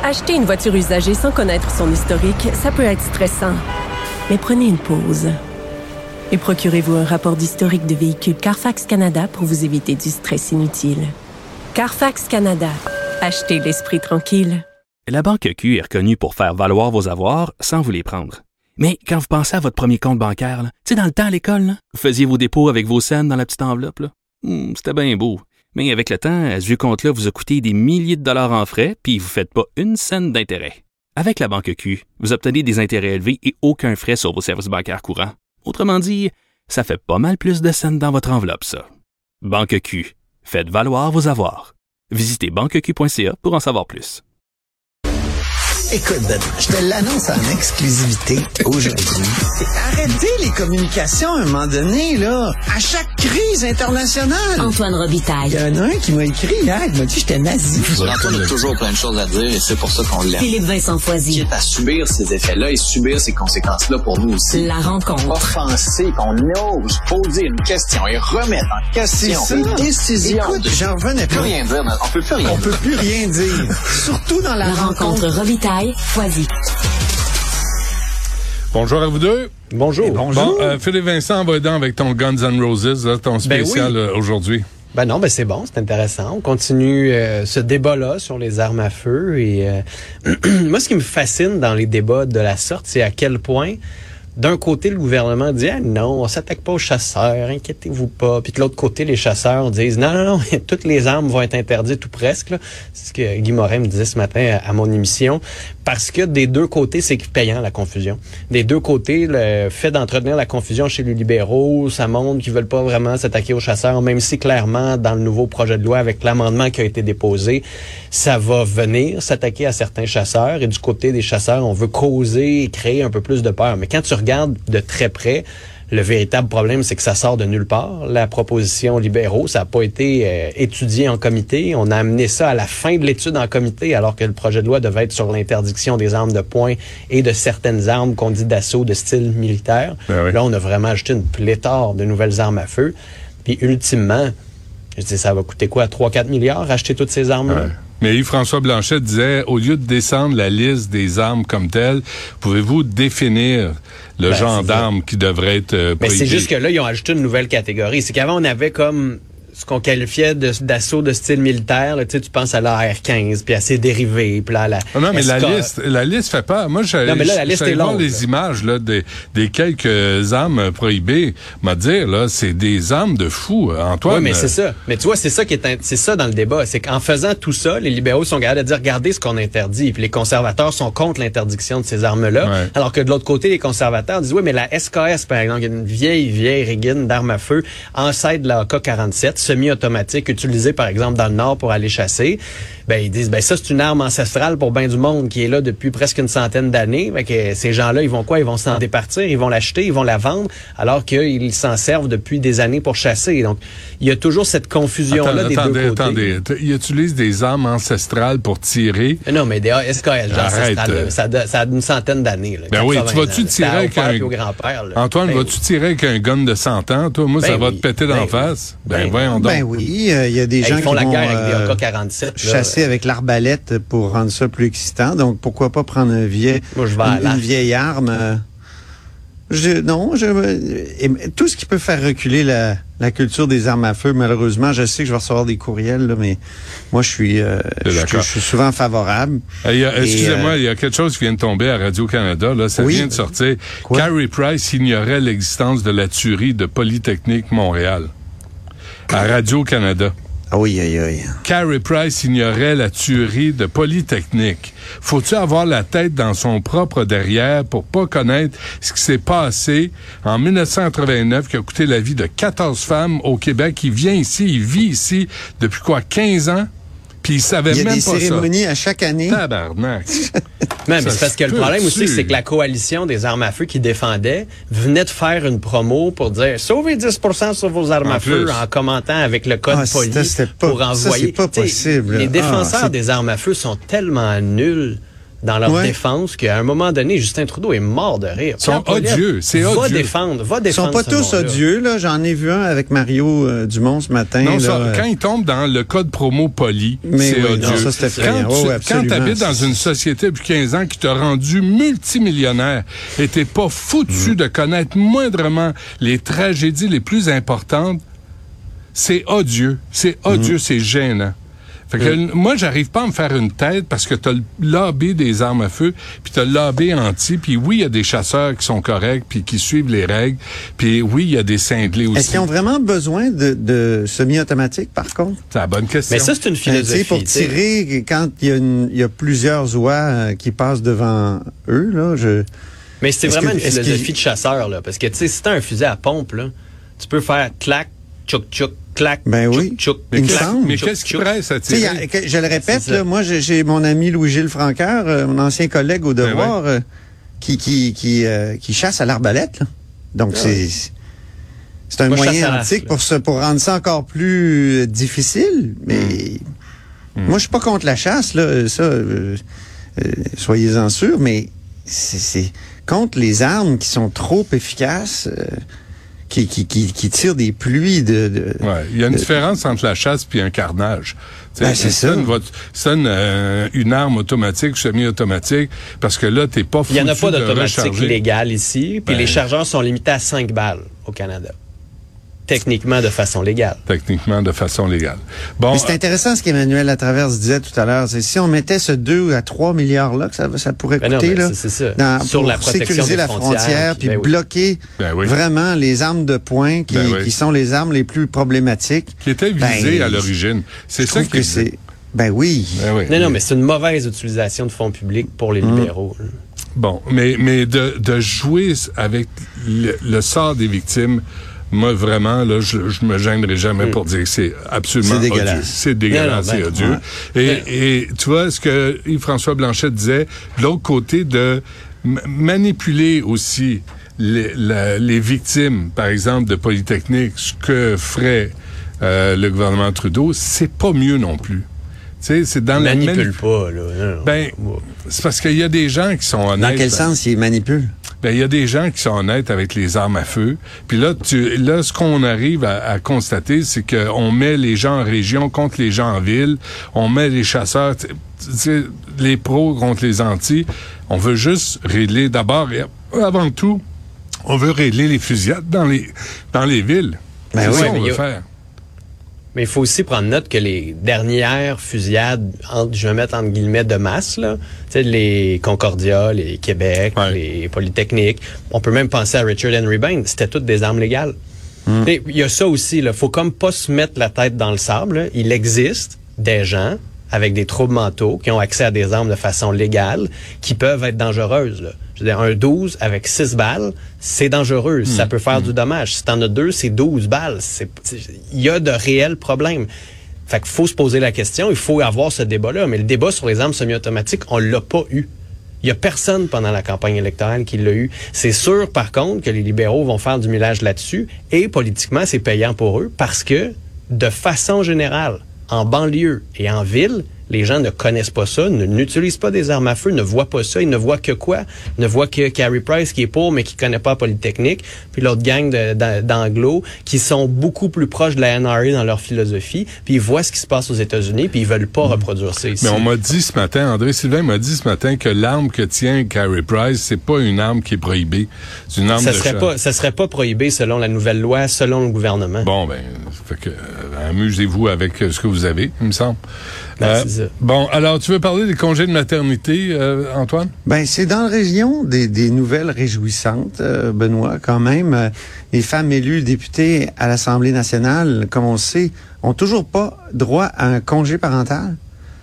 Acheter une voiture usagée sans connaître son historique, ça peut être stressant. Mais prenez une pause. Et procurez-vous un rapport d'historique de véhicule Carfax Canada pour vous éviter du stress inutile. Carfax Canada. Achetez l'esprit tranquille. La Banque Q est reconnue pour faire valoir vos avoirs sans vous les prendre. Mais quand vous pensez à votre premier compte bancaire, tu sais, dans le temps à l'école, là, vous faisiez vos dépôts avec vos scènes dans la petite enveloppe. Là. C'était bien beau. Mais avec le temps, ce vieux compte-là vous a coûté des milliers de dollars en frais, puis vous ne faites pas une scène d'intérêt. Avec la Banque Q, vous obtenez des intérêts élevés et aucun frais sur vos services bancaires courants. Autrement dit, ça fait pas mal plus de scènes dans votre enveloppe, ça. Banque Q. Faites valoir vos avoirs. Visitez banqueq.ca pour en savoir plus. Écoute, Benoît, je te l'annonce en exclusivité aujourd'hui. Arrêtez les communications à un moment donné, là. À chaque crise internationale. Antoine Robitaille. Il y en a un qui m'a écrit hier, il m'a dit que j'étais nazi. Antoine a toujours plein de choses à dire et c'est pour ça qu'on l'aime. Philippe Vincent Foisy. Quitte à subir ces effets-là et subir ces conséquences-là pour nous aussi. La rencontre. Offenser, qu'on ose poser une question et remettre en question les décisions. Écoute, j'en revenais plus pas. rien dire, on peut plus rien dire. On peut plus rien dire. Surtout dans la rencontre Robitaille-Foisy. Bonjour à vous deux. Bonjour. Bonjour. Bon, Philippe Vincent, va aider avec ton Guns N' Roses, là, ton spécial aujourd'hui. C'est bon, c'est intéressant. On continue ce débat-là sur les armes à feu. Et moi, ce qui me fascine dans les débats de la sorte, c'est à quel point, d'un côté, le gouvernement dit « Ah non, on s'attaque pas aux chasseurs, inquiétez-vous pas ». Puis de l'autre côté, les chasseurs disent « Non, toutes les armes vont être interdites ou presque ». C'est ce que Guy Morin me disait ce matin à mon émission. Parce que des deux côtés, c'est payant la confusion. Des deux côtés, le fait d'entretenir la confusion chez les libéraux, ça montre qu'ils veulent pas vraiment s'attaquer aux chasseurs, même si clairement, dans le nouveau projet de loi, avec l'amendement qui a été déposé, ça va venir s'attaquer à certains chasseurs. Et du côté des chasseurs, on veut causer et créer un peu plus de peur. Mais quand tu regardes de très près, le véritable problème, c'est que ça sort de nulle part. La proposition libéraux, ça n'a pas été étudié en comité. On a amené ça à la fin de l'étude en comité, alors que le projet de loi devait être sur l'interdiction des armes de poing et de certaines armes qu'on dit d'assaut de style militaire. Oui. Là, on a vraiment ajouté une pléthore de nouvelles armes à feu. Puis ultimement, je dis, ça va coûter quoi? 3-4 milliards, acheter toutes ces armes-là? Ouais. Mais Yves-François Blanchet disait, au lieu de descendre la liste des armes comme telle, pouvez-vous définir le genre d'armes qui devrait être prohibées? Mais c'est juste que là, ils ont ajouté une nouvelle catégorie. C'est qu'avant, on avait comme ce qu'on qualifiait d'assaut de style militaire. Là, tu penses à la AR-15, puis à ses dérivés, puis là, à la non, mais la liste fait peur. Moi, la liste est longue. Voir les images là, des quelques armes prohibées. M'a dire, là, c'est des armes de fou, Antoine. Oui, mais c'est ça. Mais tu vois, c'est ça c'est ça dans le débat. C'est qu'en faisant tout ça, les libéraux sont capables de dire, regardez ce qu'on interdit. Puis les conservateurs sont contre l'interdiction de ces armes-là. Ouais. Alors que de l'autre côté, les conservateurs disent, oui, mais la SKS, par exemple, il y a une vieille régine d'armes à feu, ancêtre de la AK-47, semi-automatique, utilisée, par exemple, dans le Nord pour aller chasser. Ben, ils disent, ça, c'est une arme ancestrale pour bien du monde qui est là depuis presque une centaine d'années. Fait que ces gens-là, ils vont quoi? Ils vont s'en départir, ils vont l'acheter, ils vont la vendre, alors qu'ils s'en servent depuis des années pour chasser. Donc, il y a toujours cette confusion-là des deux côtés. Attendez, ils utilisent des armes ancestrales pour tirer. Non, mais des SKS, genre ancestrales, ça a une centaine d'années. Là, ben oui, tu vas-tu tirer avec un... Antoine, vas-tu tirer avec un gun de 100 ans? Toi, moi, ça va te péter d'en face. Voyons donc. Ben oui, il y a des gens qui font qui la vont guerre avec des AK-47. Chasser avec l'arbalète pour rendre ça plus excitant. Donc, pourquoi pas prendre une vieille arme? Tout ce qui peut faire reculer la culture des armes à feu, malheureusement, je sais que je vais recevoir des courriels, là, mais moi, je suis souvent favorable. Excusez-moi, il y a quelque chose qui vient de tomber à Radio-Canada, là, ça vient de sortir. Quoi? Carey Price ignorait l'existence de la tuerie de Polytechnique Montréal. À Radio-Canada. Oui. Carey Price ignorait la tuerie de Polytechnique. Faut-tu avoir la tête dans son propre derrière pour pas connaître ce qui s'est passé en 1989, qui a coûté la vie de 14 femmes au Québec? Il vient ici, il vit ici depuis 15 ans? Puis il savait même pas ça. Il y a des cérémonies à chaque année. Tabarnak. Non, mais c'est parce que le problème aussi, c'est que la coalition des armes à feu qui défendait venait de faire une promo pour dire sauvez 10% sur vos armes à feu en commentant avec le code poli pour envoyer. Ça, c'est pas possible. Les défenseurs des armes à feu sont tellement nuls dans leur défense qu'à un moment donné, Justin Trudeau est mort de rire. Ils sont odieux, c'est odieux. Va défendre. Ils sont pas tous odieux, là. J'en ai vu un avec Mario Dumont ce matin. Non, là, quand ils tombent dans le code promo poli, c'est odieux. Non, ça, c'était effrayant. Quand tu habites dans une société depuis 15 ans qui t'a rendu multimillionnaire et t'es pas foutu de connaître moindrement les tragédies les plus importantes, c'est odieux. C'est odieux, c'est gênant. Fait que moi, j'arrive pas à me faire une tête parce que t'as le lobby des armes à feu, puis t'as le lobby anti, puis oui, il y a des chasseurs qui sont corrects, puis qui suivent les règles, puis oui, il y a des cinglés aussi. Est-ce qu'ils ont vraiment besoin de semi-automatique, par contre? C'est la bonne question. Mais ça, c'est une philosophie. Pour tirer, quand il y a plusieurs oies qui passent devant eux, là, Mais c'est vraiment une philosophie de chasseur, là, parce que, tu sais, si t'as un fusil à pompe, là, tu peux faire clac, tchouk, tchouk, clac, oui. tchouk, il me semble. Mais qu'est-ce qui presse à tirer? Je le répète, là, moi, j'ai mon ami Louis-Gilles Francaire, mon ancien collègue au Devoir, qui chasse à l'arbalète, là. Donc, c'est un moyen antique pour rendre ça encore plus difficile, mais moi, je suis pas contre la chasse, là, ça, soyez-en sûrs, mais c'est contre les armes qui sont trop efficaces, qui tirent des pluies de il y a une différence entre la chasse puis un carnage. C'est ça. Une arme automatique ou semi-automatique, parce que là, t'es pas foutu de recharger. Il n'y en a pas d'automatique légale ici, puis les chargeurs sont limités à 5 balles au Canada. Techniquement de façon légale. Bon, mais c'est intéressant ce qu'Emmanuel Latraverse disait tout à l'heure. C'est si on mettait ce 2 à 3 milliards là que ça pourrait coûter là, c'est ça. Sur la protection sécuriser la frontière puis bloquer vraiment les armes de poing qui sont les armes les plus problématiques. Qui étaient visées à l'origine. C'est ça que c'est. Oui. Non, mais c'est une mauvaise utilisation de fonds publics pour les libéraux. Bon, mais de jouer avec le sort des victimes. Moi, vraiment, là, je me gênerai jamais pour dire que c'est absolument odieux. C'est dégueulasse, c'est odieux. Et tu vois, ce que Yves-François Blanchet disait, de l'autre côté, de manipuler aussi les victimes, par exemple, de Polytechnique, ce que ferait le gouvernement Trudeau, c'est pas mieux non plus. C'est dans la manipule pas, là. C'est parce qu'il y a des gens qui sont honnêtes. Dans quel sens il manipule? Il y a des gens qui sont honnêtes avec les armes à feu. Puis là, ce qu'on arrive à constater, c'est qu'on met les gens en région contre les gens en ville. On met les chasseurs, les pros contre les antis. On veut juste régler d'abord et avant tout, on veut régler les fusillades dans les villes. C'est ça qu'on veut faire. Mais il faut aussi prendre note que les dernières fusillades, je vais mettre entre guillemets de masse, là, les Concordia, les Québec, les Polytechniques, on peut même penser à Richard Henry Bain, c'était toutes des armes légales. Il y a ça aussi, il faut comme pas se mettre la tête dans le sable. Là. Il existe des gens avec des troubles mentaux qui ont accès à des armes de façon légale qui peuvent être dangereuses. Là. Je veux dire, un 12 avec 6 balles, c'est dangereux. Ça peut faire du dommage. Si t'en as 2, c'est 12 balles. Il y a de réels problèmes. Fait qu'il faut se poser la question, il faut avoir ce débat-là. Mais le débat sur les armes semi-automatiques, on l'a pas eu. Il y a personne pendant la campagne électorale qui l'a eu. C'est sûr, par contre, que les libéraux vont faire du millage là-dessus. Et politiquement, c'est payant pour eux parce que, de façon générale, en banlieue et en ville, les gens ne connaissent pas ça, n'utilisent pas des armes à feu, ne voient pas ça. Ils ne voient que quoi? Ils ne voient que Carey Price qui est pour, mais qui connaît pas la Polytechnique, puis l'autre gang d'anglo qui sont beaucoup plus proches de la NRA dans leur philosophie, puis ils voient ce qui se passe aux États-Unis, puis ils veulent pas reproduire ça ici. Mais on m'a dit ce matin, André Sylvain m'a dit ce matin que l'arme que tient Carey Price, c'est pas une arme qui est prohibée. C'est une arme ça serait pas prohibé selon la nouvelle loi, selon le gouvernement. Bon, fait que amusez-vous avec ce que vous avez, il me semble. C'est ça. Bon, alors, tu veux parler des congés de maternité, Antoine? C'est dans la région des nouvelles réjouissantes, Benoît, quand même. Les femmes élues députées à l'Assemblée nationale, comme on le sait, ont toujours pas droit à un congé parental.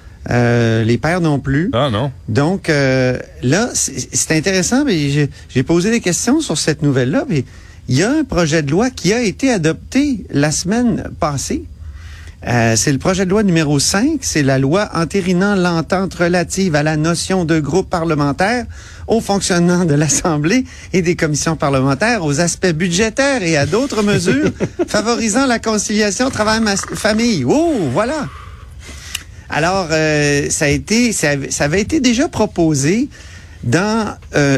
Les pères non plus. Ah non. Donc, là, c'est intéressant, mais j'ai posé des questions sur cette nouvelle-là, mais il y a un projet de loi qui a été adopté la semaine passée. C'est le projet de loi numéro 5, c'est la loi entérinant l'entente relative à la notion de groupe parlementaire, au fonctionnement de l'Assemblée et des commissions parlementaires, aux aspects budgétaires et à d'autres mesures favorisant la conciliation travail-famille. Oh, voilà! Alors, ça avait été déjà proposé dans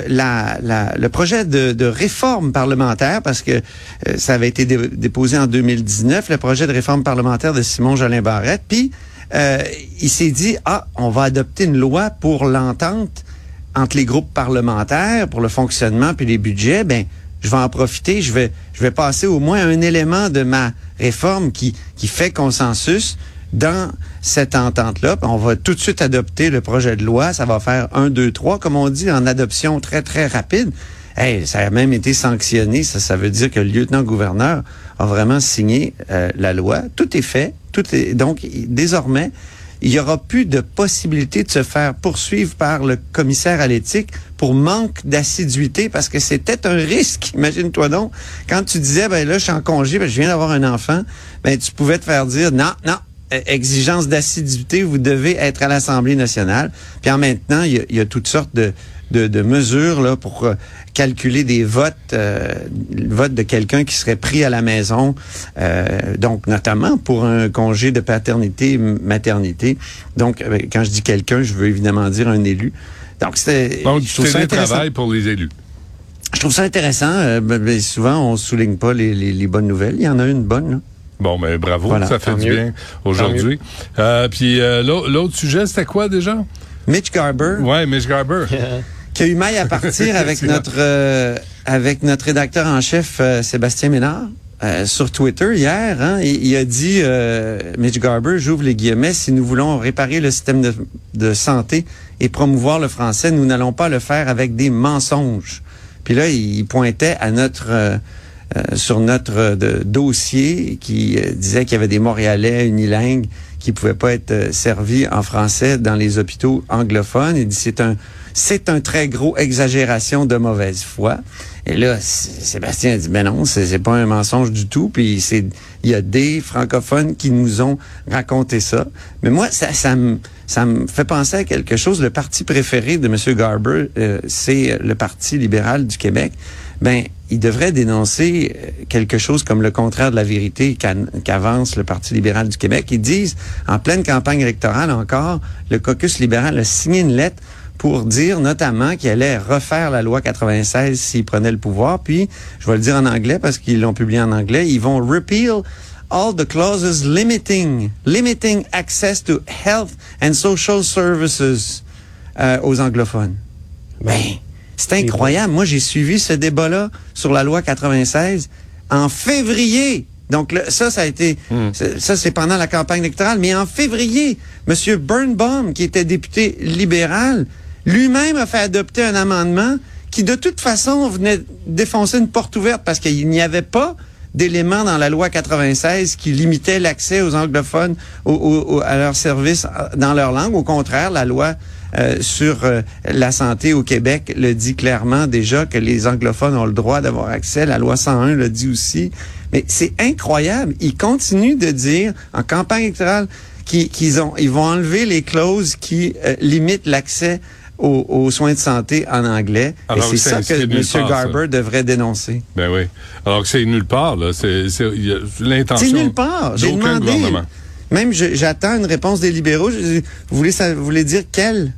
le projet de réforme parlementaire, parce que ça avait été déposé en 2019, le projet de réforme parlementaire de Simon Jolin Barrette. Puis, il s'est dit, on va adopter une loi pour l'entente entre les groupes parlementaires, pour le fonctionnement puis les budgets. Ben, je vais en profiter, je vais passer au moins un élément de ma réforme qui fait consensus dans cette entente-là. On va tout de suite adopter le projet de loi. Ça va faire 1, 2, 3, comme on dit, en adoption très, très rapide. Ça a même été sanctionné. Ça veut dire que le lieutenant-gouverneur a vraiment signé la loi. Tout est fait. Donc, désormais, il n'y aura plus de possibilité de se faire poursuivre par le commissaire à l'éthique pour manque d'assiduité, parce que c'était un risque. Imagine-toi donc, quand tu disais, là, je suis en congé, je viens d'avoir un enfant, tu pouvais te faire dire, non, exigence d'assiduité, vous devez être à l'Assemblée nationale. Puis en maintenant, il y a toutes sortes de mesures là pour calculer des votes, le vote de quelqu'un qui serait pris à la maison, donc notamment pour un congé de paternité, maternité. Donc, quand je dis quelqu'un, je veux évidemment dire un élu. Donc, du télétravail pour les élus. Je trouve ça intéressant. Souvent, on souligne pas les bonnes nouvelles. Il y en a une bonne, là. Bon, mais bravo, voilà, ça fait du bien aujourd'hui. Puis l'autre sujet, c'était quoi déjà? Mitch Garber. Ouais, Mitch Garber. Qui a eu maille à partir avec notre rédacteur en chef Sébastien Ménard sur Twitter hier. Hein, il a dit, Mitch Garber, j'ouvre les guillemets, si nous voulons réparer le système de santé et promouvoir le français, nous n'allons pas le faire avec des mensonges. Puis là, il pointait à sur notre dossier qui disait qu'il y avait des Montréalais unilingues qui pouvaient pas être servis en français dans les hôpitaux anglophones. Il dit c'est un très gros exagération de mauvaise foi. Et là, Sébastien a dit, non, c'est pas un mensonge du tout. Puis il y a des francophones qui nous ont raconté ça. Mais moi, ça me fait penser à quelque chose. Le parti préféré de M. Garber, c'est le Parti libéral du Québec. Il devrait dénoncer quelque chose comme le contraire de la vérité qu'avance le Parti libéral du Québec. Ils disent, en pleine campagne électorale encore, le caucus libéral a signé une lettre pour dire notamment qu'il allait refaire la loi 96 s'il prenait le pouvoir. Puis, je vais le dire en anglais parce qu'ils l'ont publié en anglais, ils vont repeal all the clauses limiting access to health and social services aux anglophones. C'est incroyable. Moi, j'ai suivi ce débat-là sur la loi 96 en février. Donc, ça a été... Ça, c'est pendant la campagne électorale. Mais en février, M. Birnbaum, qui était député libéral, lui-même a fait adopter un amendement qui, de toute façon, venait défoncer une porte ouverte parce qu'il n'y avait pas d'éléments dans la loi 96 qui limitait l'accès aux anglophones à leurs services dans leur langue. Au contraire, la loi sur la santé au Québec le dit clairement déjà que les anglophones ont le droit d'avoir accès. La loi 101 le dit aussi. Mais c'est incroyable. Ils continuent de dire en campagne électorale qu'ils vont enlever les clauses qui limitent l'accès aux soins de santé en anglais. Alors et c'est ça que M. Garber devrait dénoncer. Ben oui. Alors que c'est nulle part, là. C'est l'intention. C'est nulle part. J'ai demandé. Même j'attends une réponse des libéraux. Vous voulez dire quel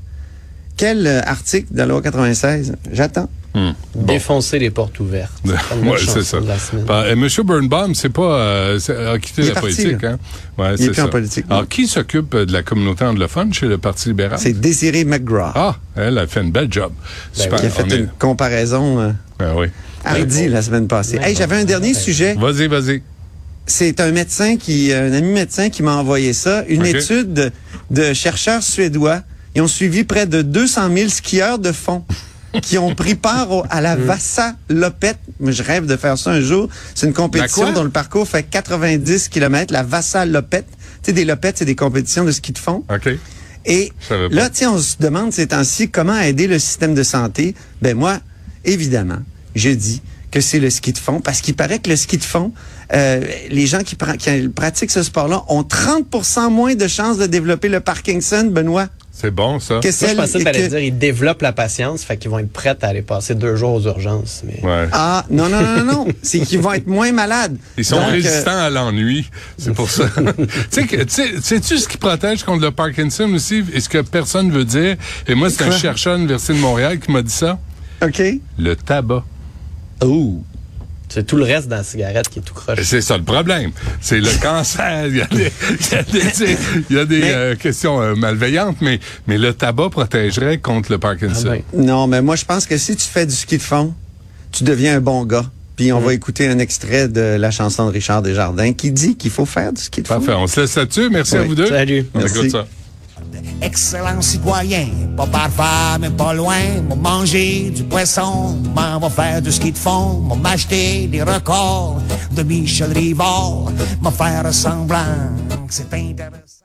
article de la loi 96? J'attends. Bon. Défoncer les portes ouvertes. Oui, c'est ça. M. Birnbaum, c'est pas a quitté la politique, là. Hein? Ouais, il est plus en politique. Alors, qui s'occupe de la communauté anglophone chez le Parti libéral? C'est Désirée McGrath. Ah, elle a fait une belle job. Super. Qui a fait une comparaison hardie la semaine passée. Hey, j'avais un dernier sujet. Vas-y. C'est un ami médecin qui m'a envoyé ça. Une étude de chercheurs suédois. Ils ont suivi près de 200 000 skieurs de fond qui ont pris part à la Vasaloppet. Je rêve de faire ça un jour. C'est une compétition dont le parcours fait 90 km. La Vasaloppet. Tu sais, des lopettes, c'est des compétitions de ski de fond. OK. Et là, tu sais, on se demande ces temps-ci comment aider le système de santé. Moi, évidemment, je dis que c'est le ski de fond parce qu'il paraît que le ski de fond, les gens qui pratiquent ce sport-là ont 30% moins de chances de développer le Parkinson, Benoît. C'est bon, ça. Moi, je pensais que t'allais dire, ils développent la patience, fait qu'ils vont être prêts à aller passer 2 jours aux urgences. Mais... Ouais. Ah, non. C'est qu'ils vont être moins malades. Ils sont résistants à l'ennui. C'est pour ça. Sais-tu ce qui protège contre le Parkinson aussi? Et ce que personne veut dire? Et moi, c'est un chercheur à l'Université de Montréal qui m'a dit ça. OK. Le tabac. Oh! C'est tout le reste dans la cigarette qui est tout croche. C'est ça le problème. C'est le cancer. Il y a des questions malveillantes, mais le tabac protégerait contre le Parkinson. Ah ben. Non, mais moi, je pense que si tu fais du ski de fond, tu deviens un bon gars. Puis on va écouter un extrait de la chanson de Richard Desjardins qui dit qu'il faut faire du ski de fond. Parfait. On se laisse là-dessus. Merci à vous deux. Salut. On écoute ça. Excellent citoyen, pas parfait, mais pas loin. M'en manger du poisson, m'en va faire du ski de fond, m'en m'acheter des records de Michel Rivard, m'en faire semblant que c'est intéressant.